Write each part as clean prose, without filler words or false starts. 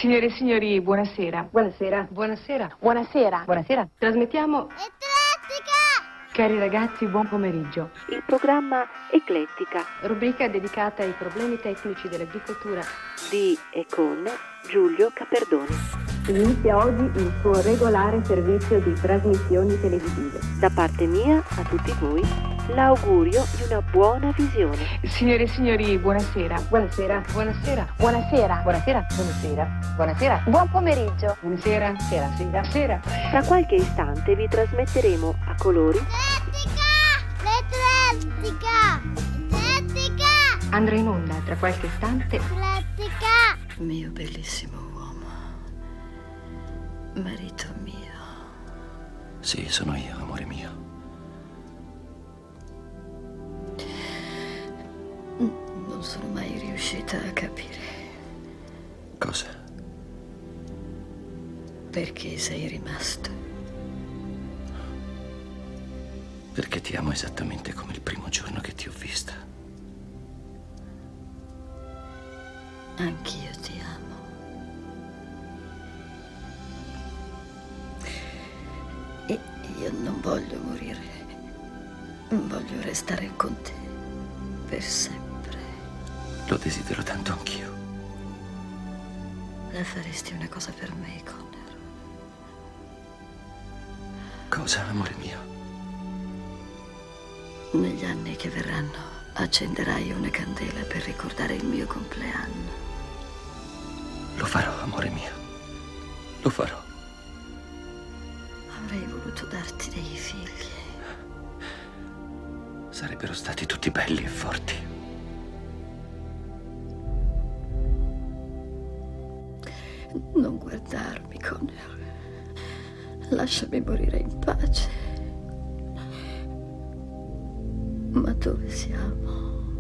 Signore e signori, buonasera. Buonasera. Buonasera. Buonasera. Buonasera. Trasmettiamo... Eclettica! Cari ragazzi, buon pomeriggio. Il programma Eclettica Rubrica dedicata ai problemi tecnici dell'agricoltura di e con Giulio Caperdoni. Inizia oggi il suo regolare servizio di trasmissioni televisive. Da parte mia a tutti voi l'augurio di una buona visione. Signore e signori, buonasera. Buonasera. Buonasera. Buonasera. Buonasera. Buonasera. Buonasera. Buon pomeriggio. Buonasera. Sera. Sera. Sera. Tra qualche istante vi trasmetteremo a colori L'Eclettica! L'Eclettica! Andrà in onda tra qualche istante. L'Eclettica! Mio bellissimo uomo, marito mio. Sì, sono io, amore mio. Non sono mai riuscita a capire Cosa? perché sei rimasto. Perché ti amo esattamente come il primo giorno che ti ho vista. Anch'io ti amo. E io non voglio morire. Voglio restare con te per sempre. Lo desidero tanto anch'io. La faresti una cosa per me, Connor? Cosa, amore mio? Negli anni che verranno accenderai una candela per ricordare il mio compleanno. Lo farò, amore mio. Lo farò. Avrei voluto darti dei figli. Sarebbero stati tutti belli e forti. Non guardarmi, Connor. Lasciami morire in pace. Ma dove siamo?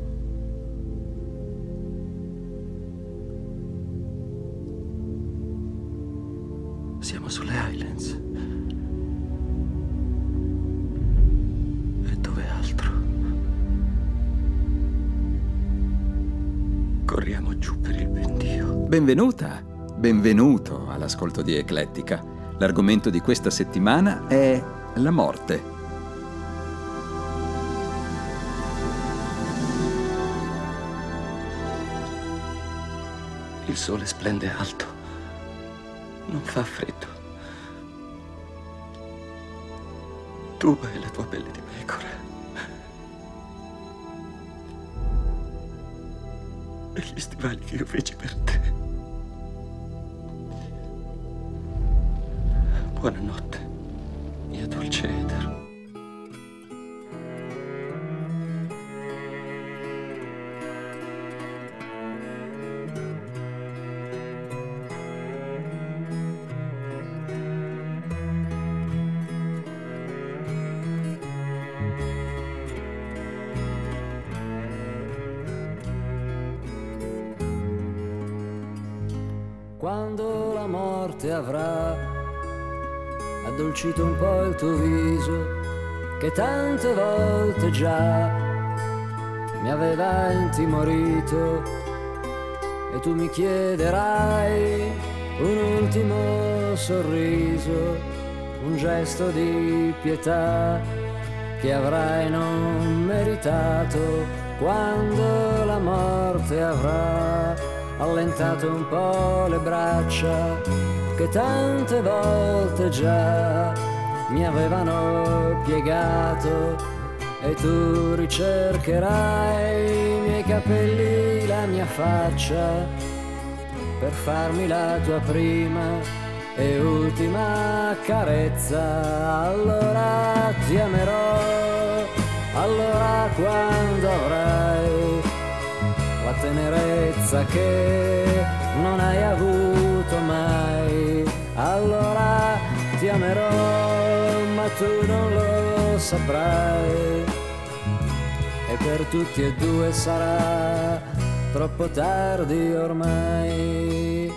Siamo sulle Highlands. E dove altro? Corriamo giù per il pendio. Benvenuta, benvenuto all'ascolto di Eclettica. L'argomento di questa settimana è la morte. Il sole splende alto. Non fa freddo. Tu e la tua pelle di pecora. E gli stivali che io feci per te. Buonanotte, mia dolce Eder. Quando la morte avrà addolcito un po' il tuo viso, che tante volte già mi aveva intimorito, e tu mi chiederai un ultimo sorriso, un gesto di pietà che avrai non meritato, quando la morte avrà allentato un po' le braccia che tante volte già mi avevano piegato, e tu ricercherai i miei capelli, la mia faccia, per farmi la tua prima e ultima carezza. Allora ti amerò, allora quando avrai la tenerezza che non hai avuto mai, allora ti amerò, ma tu non lo saprai, e per tutti e due sarà troppo tardi ormai.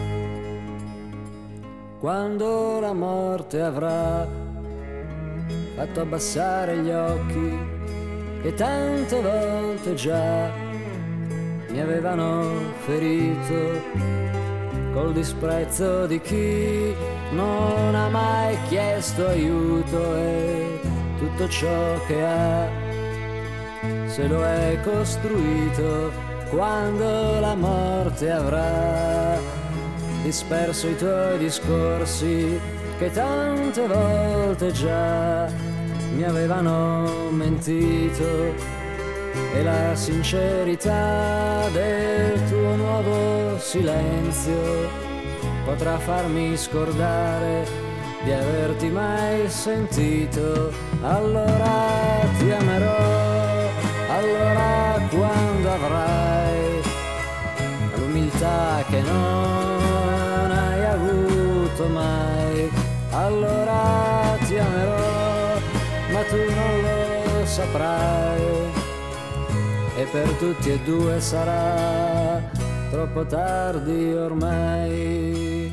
Quando la morte avrà fatto abbassare gli occhi che tante volte già mi avevano ferito col disprezzo di chi non ha mai chiesto aiuto e tutto ciò che ha se lo è costruito quando la morte avrà disperso i tuoi discorsi che tante volte già mi avevano mentito e la sincerità del tuo nuovo silenzio potrà farmi scordare di averti mai sentito. Allora ti amerò, allora quando avrai l'umiltà che non hai avuto mai, allora ti amerò, ma tu non lo saprai e per tutti e due sarà troppo tardi ormai.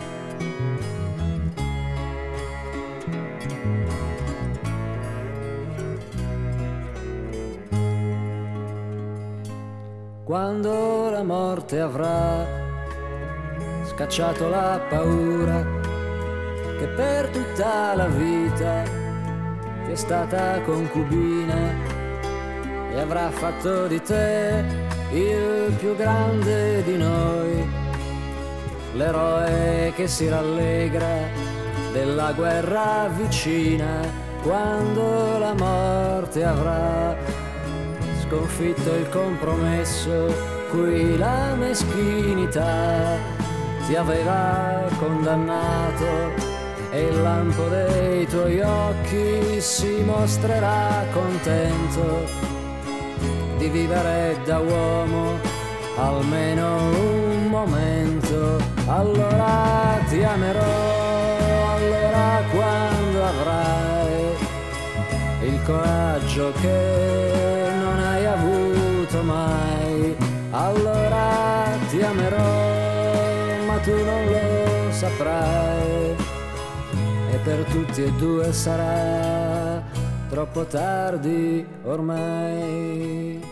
Quando la morte avrà scacciato la paura che per tutta la vita ti è stata concubina e avrà fatto di te il più grande di noi, l'eroe che si rallegra della guerra vicina, quando la morte avrà sconfitto il compromesso cui la meschinità ti aveva condannato e il lampo dei tuoi occhi si mostrerà contento di vivere da uomo almeno un momento. Allora ti amerò, allora quando avrai il coraggio che non hai avuto mai, allora ti amerò, ma tu non lo saprai e per tutti e due sarà troppo tardi ormai.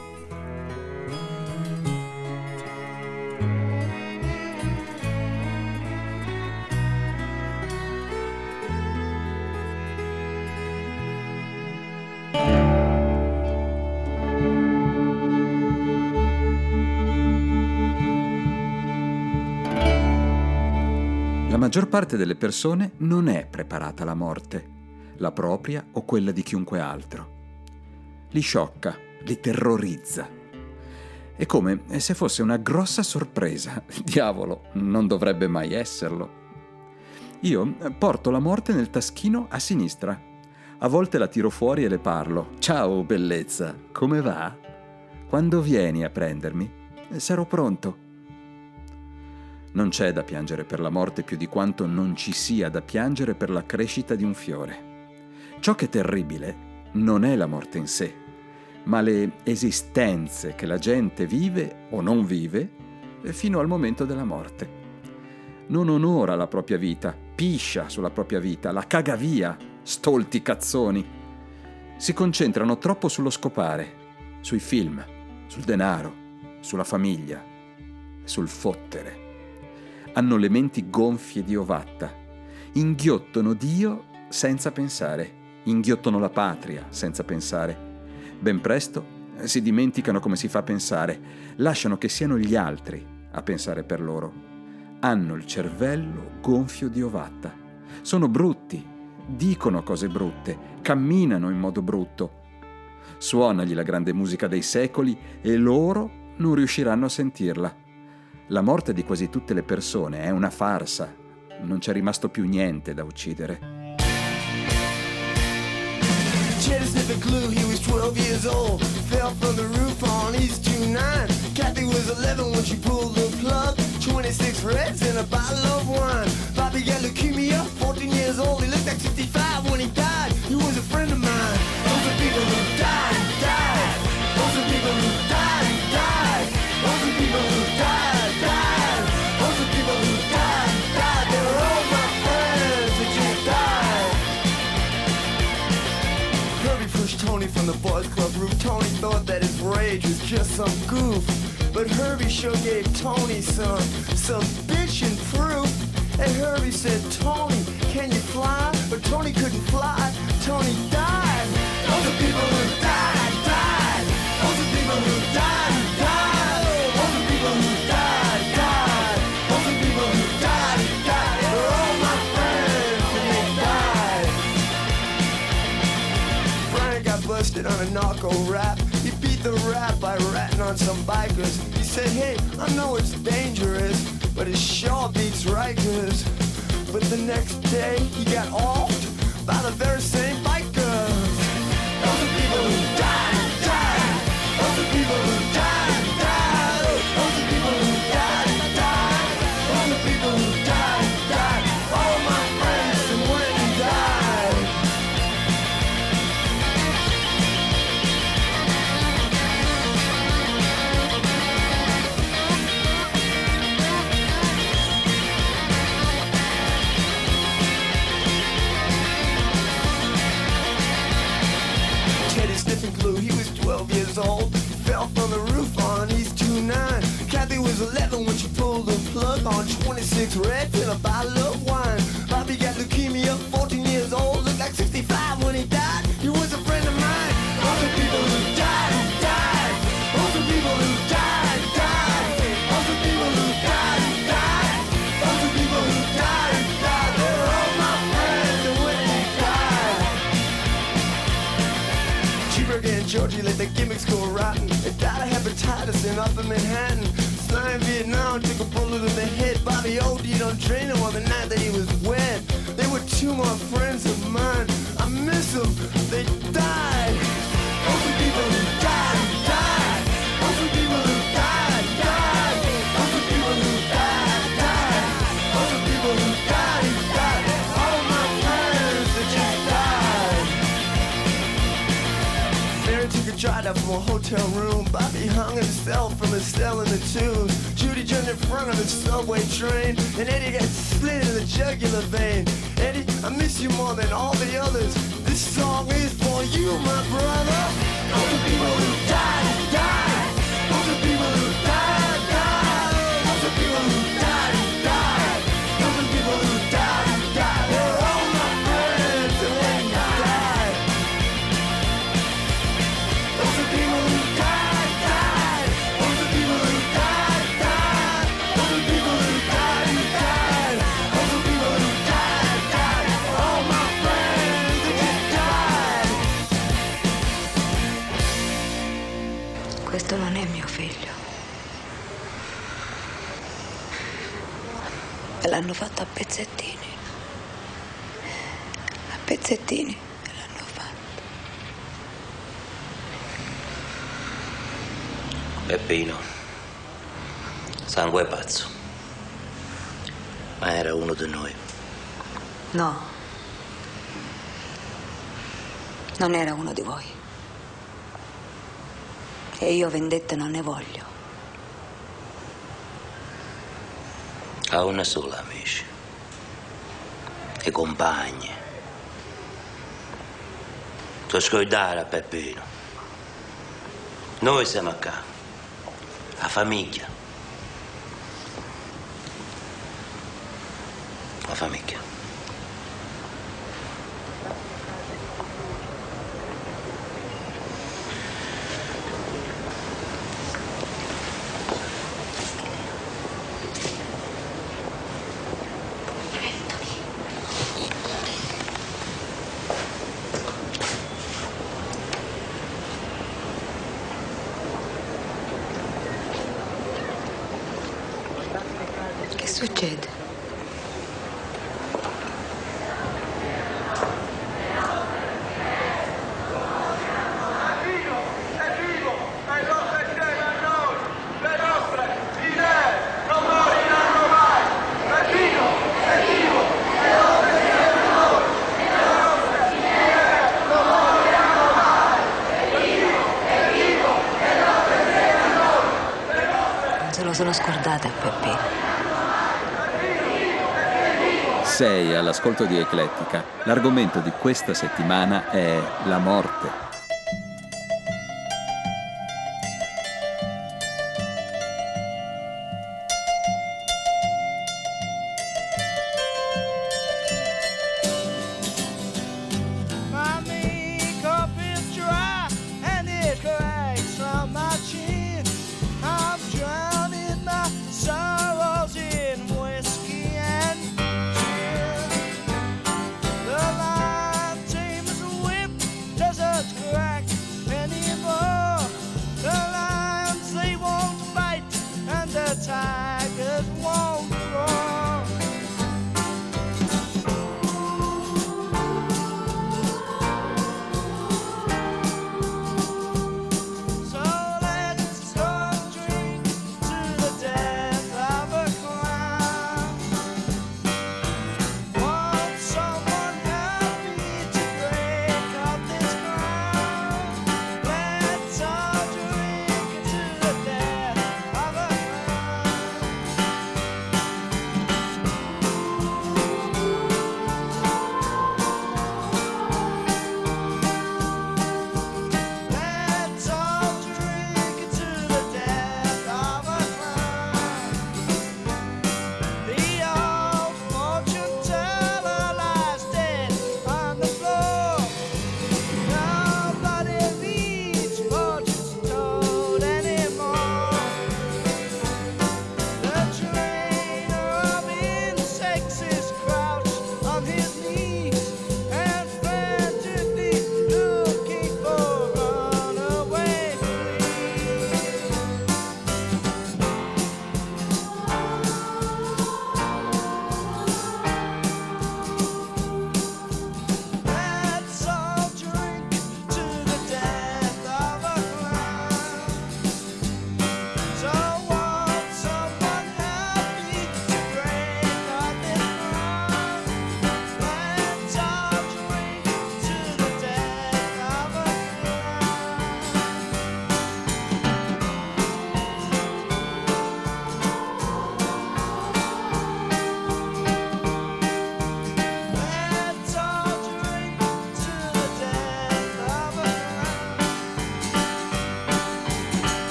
La maggior parte delle persone non è preparata alla morte, la propria o quella di chiunque altro. Li sciocca, li terrorizza. È come se fosse una grossa sorpresa. Diavolo, non dovrebbe mai esserlo. Io porto la morte nel taschino a sinistra. A volte la tiro fuori e le parlo. Ciao, bellezza, come va? Quando vieni a prendermi? Sarò pronto. Non c'è da piangere per la morte più di quanto non ci sia da piangere per la crescita di un fiore. Ciò che è terribile non è la morte in sé, ma le esistenze che la gente vive o non vive fino al momento della morte. Non onora la propria vita, piscia sulla propria vita, la caga via, stolti cazzoni. Si concentrano troppo sullo scopare, sui film, sul denaro, sulla famiglia, sul fottere. Hanno le menti gonfie di ovatta, inghiottono Dio senza pensare, inghiottono la patria senza pensare. Ben presto si dimenticano come si fa a pensare, lasciano che siano gli altri a pensare per loro. Hanno il cervello gonfio di ovatta, sono brutti, dicono cose brutte, camminano in modo brutto. Suonagli la grande musica dei secoli e loro non riusciranno a sentirla. La morte di quasi tutte le persone è una farsa, non c'è rimasto più niente da uccidere. Cheddar sniffed a glue, he was 12 years old. Fell from the roof on East 29. Kathy was 11 when she pulled the plug. 26 reds and a bottle of wine. Bobby got leukemia, 14 years old. He looked like 65 when he died. He was a friend of mine. Those are people who died, died. Those are people who died, died. Those are people who died. boys club roof. Tony thought that his rage was just some goof, but Herbie sure gave Tony some bitchin' proof. And Herbie said, Tony, can you fly? But Tony couldn't fly. Tony died. Those are people who died, died. Those are people who died, died. Those are people who died, died. Those are people who died, died. They're all my friends and they died. Brian got busted on a narco rap. He beat the rap by ratting on some bikers. He said, hey, I know it's dangerous, but it sure beats Rikers. But the next day he got offed by the very same bikers. Those are people who died, died. Those are people who died, died. Those are people who died, died. Those are people who died, died. All my friends and when he died. He was 12 years old, fell from the roof on East 29. Kathy was 11 when she pulled the plug on 26 Reds and a bottle of wine. Bobby got leukemia, 14 years old, looked like 65 when he died. He was a friend of mine. Those are people who died, died. Those are people who died, died. Those are people who died, died. Those are people who died, died. They're all my friends and when they died. Cheeseburger and Georgie let the gimmicks go rotten. They died of hepatitis in Upper Manhattan. Sly in Vietnam took a bullet to the head. Bobby OD'd on Drano on the night that he was wed. They were two more friends of mine. I miss them, they died. Those are people who died, died. Those are people who died, died. Those are people who died, died. Those are people who died, died. All my friends that just died. Mary took a drive up from a hotel room. Bobby hung himself from a cell in the tubes. Judy jumped in front of the subway train, and Eddie got slit in the jugular vein. Eddie, I miss you more than all the others. This song is for you, my brother. Those are people who died, died. Those are people who died, died. Those are people who died, died. Those are people who died, died. They're all my friends and they died. Those are people who died, died. Those are people who died, died. Those are people who died, died. Those are people who died, died. All my friends that just died. Questo non è mio figlio. Me l'hanno fatto a pezzettini. A pezzettini me l'hanno fatto. Peppino, sangue pazzo. Ma era uno di noi. No. Non era uno di voi. E io vendette non ne voglio. Ha una sola, amici. E compagni. Tu scordare, Peppino. Noi siamo qua. La famiglia. La famiglia. Che succede? Sono scordate a Peppino. Sei all'ascolto di Eclettica. L'argomento di questa settimana è la morte.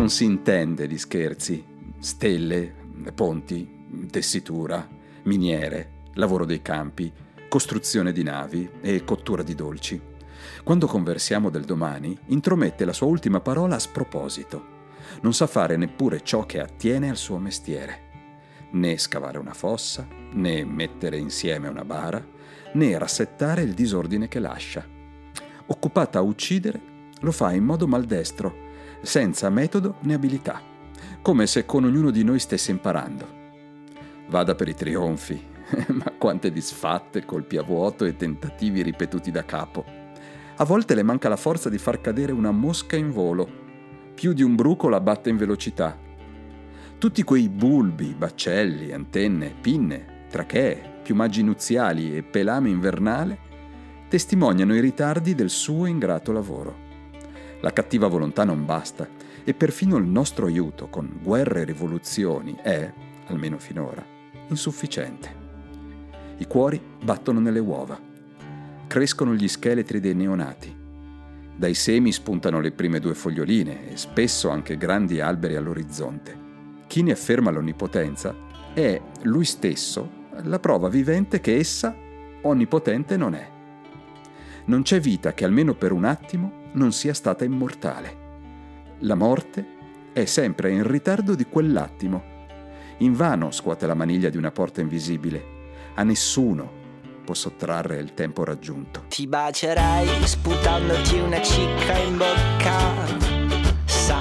non si intende di scherzi. Stelle, ponti, tessitura, miniere, lavoro dei campi, costruzione di navi e cottura di dolci. Quando conversiamo del domani, intromette la sua ultima parola a sproposito. Non sa fare neppure ciò che attiene al suo mestiere. Né scavare una fossa, né mettere insieme una bara, né rassettare il disordine che lascia. Occupata a uccidere, lo fa in modo maldestro, senza metodo né abilità, come se con ognuno di noi stesse imparando. Vada per i trionfi, ma quante disfatte, colpi a vuoto e tentativi ripetuti da capo. A volte le manca la forza di far cadere una mosca in volo. Più di un bruco la batte in velocità. Tutti quei bulbi, baccelli, antenne, pinne, trachee, piumaggi nuziali e pelame invernale testimoniano i ritardi del suo ingrato lavoro. La cattiva volontà non basta e perfino il nostro aiuto con guerre e rivoluzioni è, almeno finora, insufficiente. I cuori battono nelle uova. Crescono gli scheletri dei neonati. Dai semi spuntano le prime 2 foglioline e spesso anche grandi alberi all'orizzonte. Chi ne afferma l'onnipotenza è lui stesso la prova vivente che essa onnipotente non è. Non c'è vita che almeno per un attimo non sia stata immortale. La morte è sempre in ritardo di quell'attimo. Invano scuote la maniglia di una porta invisibile. A nessuno può sottrarre il tempo raggiunto. Ti bacerei sputandoti una cicca in bocca. Sa,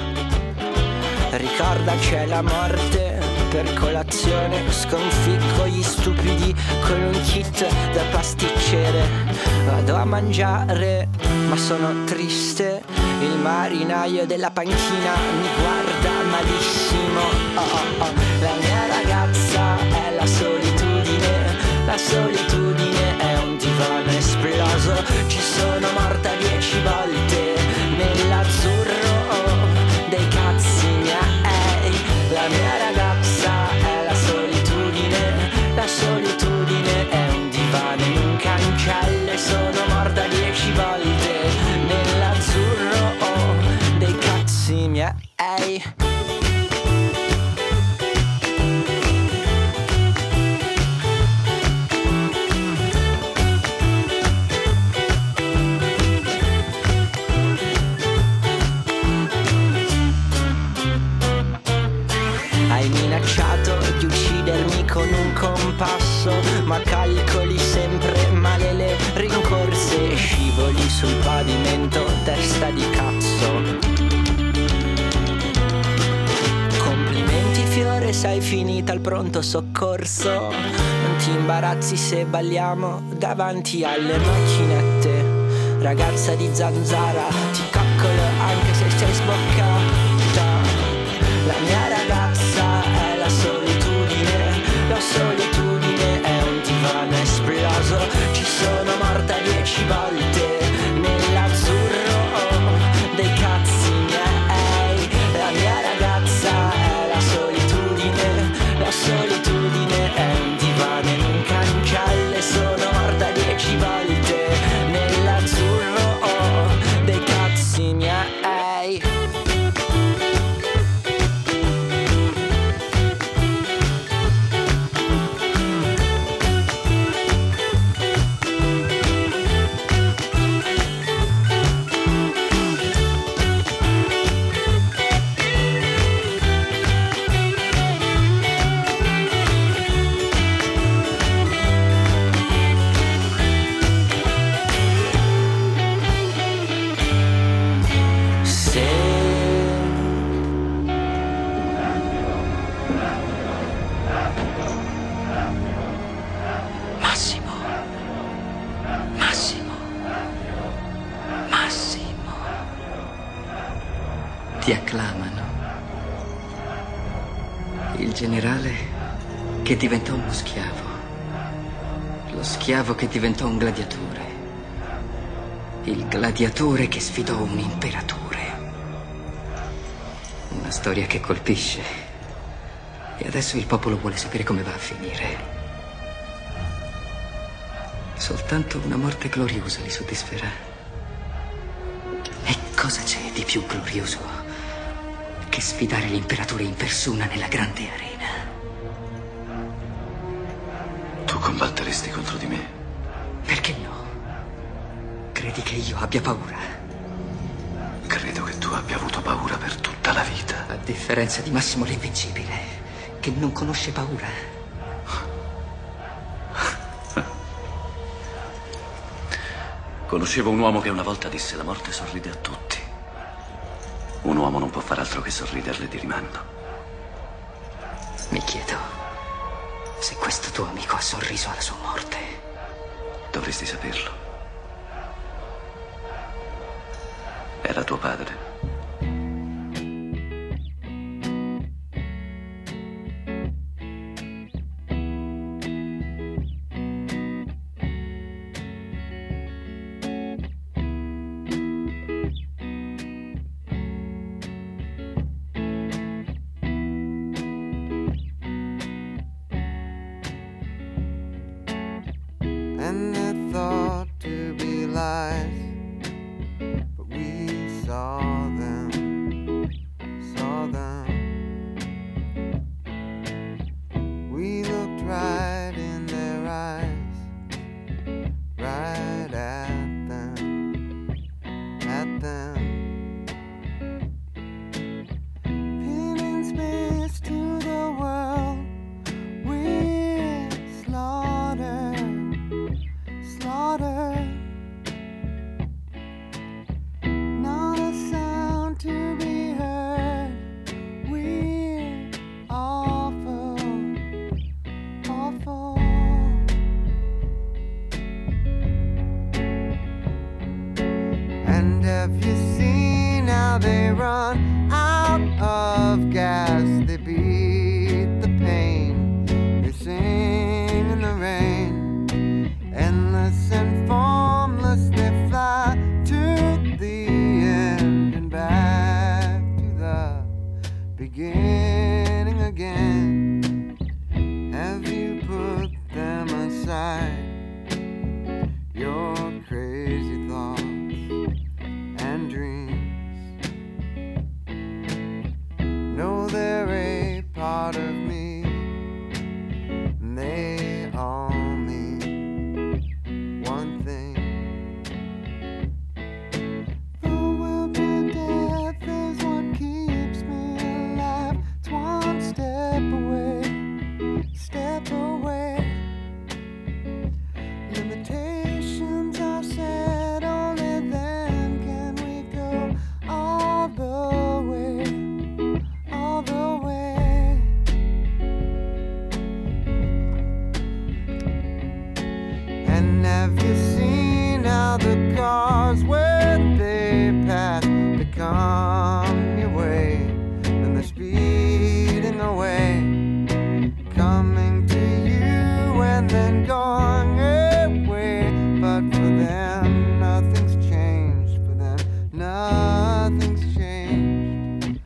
ricorda c'è la morte. Per colazione sconficco gli stupidi con un kit da pasticcere. Vado a mangiare ma sono triste. Il marinaio della panchina mi guarda malissimo. La mia ragazza è la solitudine. La solitudine è un divano esploso. Ci sono morta 10 volte nell'azzurro dei cazzi miei. La mia ragazza è la solitudine. La solitudine è un divano in un cancello. Sono morta 10 volte nell'azzurro dei cazzi miei. Hai minacciato di uccidermi con un compasso, ma calcoli sempre male le rincorse. Scivoli sul pavimento, testa di cazzo. Complimenti fiore, sei finita al pronto soccorso. Non ti imbarazzi se balliamo davanti alle macchinette. Ragazza di zanzara, ti coccolo anche se sei sboccata. La mia ragazza è la solitudine. La solitudine è un divano esploso. Ci sono morta 10 volte nell'azzurro dei cazzi miei. La mia ragazza è la solitudine. La solitudine è un divano in un cancello. Sono morta 10 volte nell'azzurro dei cazzi miei. Ti acclamano. Il generale che diventò uno schiavo. Lo schiavo che diventò un gladiatore. Il gladiatore che sfidò un imperatore. Una storia che colpisce. E adesso il popolo vuole sapere come va a finire. Soltanto una morte gloriosa li soddisferà. E cosa c'è di più glorioso che sfidare l'imperatore in persona nella grande arena. Tu combatteresti contro di me? Perché no? Credi che io abbia paura? Credo che tu abbia avuto paura per tutta la vita. A differenza di Massimo l'Invincibile, che non conosce paura. Conoscevo un uomo che una volta disse: la morte sorride a tutti. Un uomo non può far altro che sorriderle di rimando. Mi chiedo se questo tuo amico ha sorriso alla sua morte. Dovresti saperlo. Era tuo padre. And they're thought to be lies, but we saw them, we looked right in their eyes, right at them, pinning space to the world, we're slaughtered. Not a sound to be heard. We're awful. And have you seen how they run out of gas? They beat the pain. They sing in the rain. Endless and formless, they fly to the end and back to the beginning again. Have you put them aside? Your crazy thoughts and dreams. No, they're a part of me. They all mean one thing. The will to death is what keeps me alive. It's one step away. Limitations are set, only then can we go all the way. And have you seen how the cars, when they pass, they come your way, and they're speeding away, coming to you and then going away. But for them, nothing's changed. For them, nothing's changed.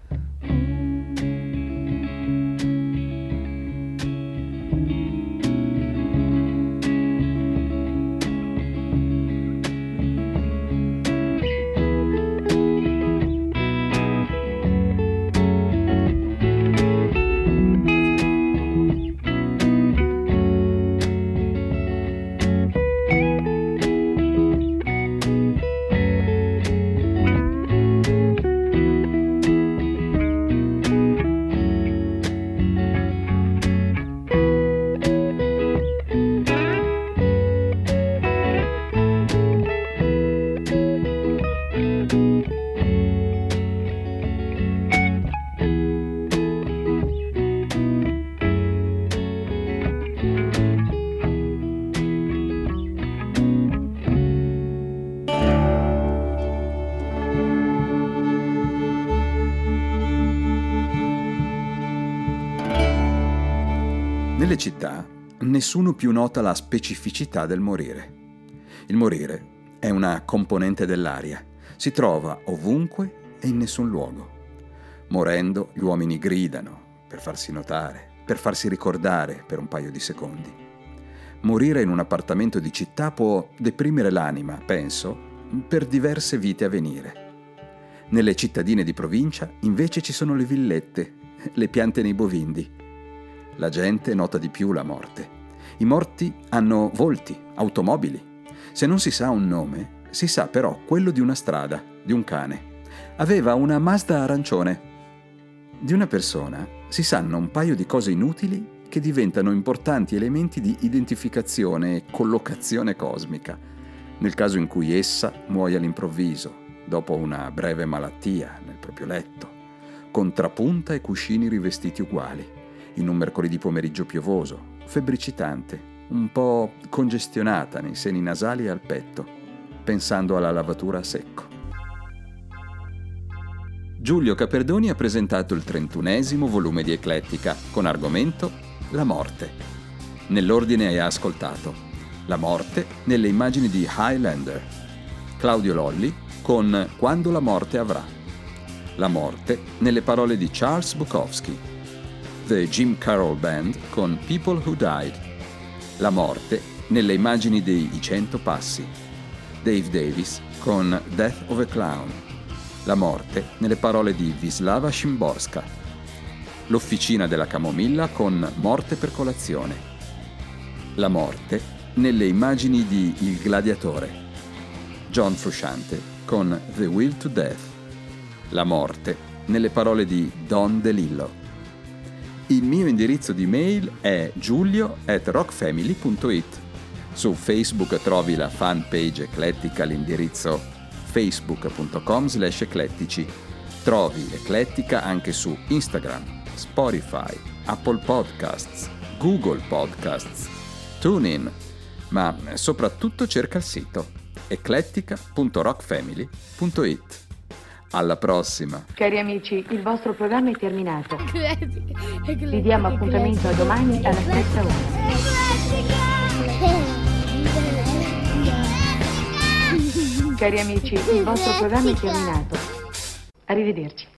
Nelle città nessuno più nota la specificità del morire. Il morire è una componente dell'aria, si trova ovunque e in nessun luogo. Morendo gli uomini gridano per farsi notare, per farsi ricordare per un paio di secondi. Morire in un appartamento di città può deprimere l'anima, penso, per diverse vite a venire. Nelle cittadine di provincia invece ci sono le villette, le piante nei bovindi. La gente nota di più la morte. I morti hanno volti, automobili. Se non si sa un nome, si sa però quello di una strada, di un cane. Aveva una Mazda arancione. Di una persona si sanno un paio di cose inutili che diventano importanti elementi di identificazione e collocazione cosmica, nel caso in cui essa muoia all'improvviso, dopo una breve malattia nel proprio letto, con trapunta e cuscini rivestiti uguali, in un mercoledì pomeriggio piovoso, febbricitante, un po' congestionata nei seni nasali e al petto, pensando alla lavatura a secco. Giulio Caperdoni ha presentato il 31esimo volume di Eclettica, con argomento La morte. Nell'ordine hai ascoltato La morte nelle immagini di Highlander, Claudio Lolli con Quando la morte avrà, La morte nelle parole di Charles Bukowski, The Jim Carroll Band con People Who Died, La morte nelle immagini dei I 100 passi, Dave Davis con Death of a Clown, La morte nelle parole di Wisława Szymborska, L'officina della camomilla con Morte per colazione, La morte nelle immagini di Il gladiatore, John Frusciante con The Will to Death, La morte nelle parole di Don DeLillo. Il mio indirizzo di mail è giulio@rockfamily.it. Su Facebook trovi la fanpage Eclettica all'indirizzo facebook.com/eclettici. Trovi Eclettica anche su Instagram, Spotify, Apple Podcasts, Google Podcasts, TuneIn, ma soprattutto cerca il sito eclettica.rockfamily.it. Alla prossima! Cari amici, il vostro programma è terminato. Vi diamo appuntamento a domani alla stessa ora. Cari amici, il vostro programma è terminato. Arrivederci.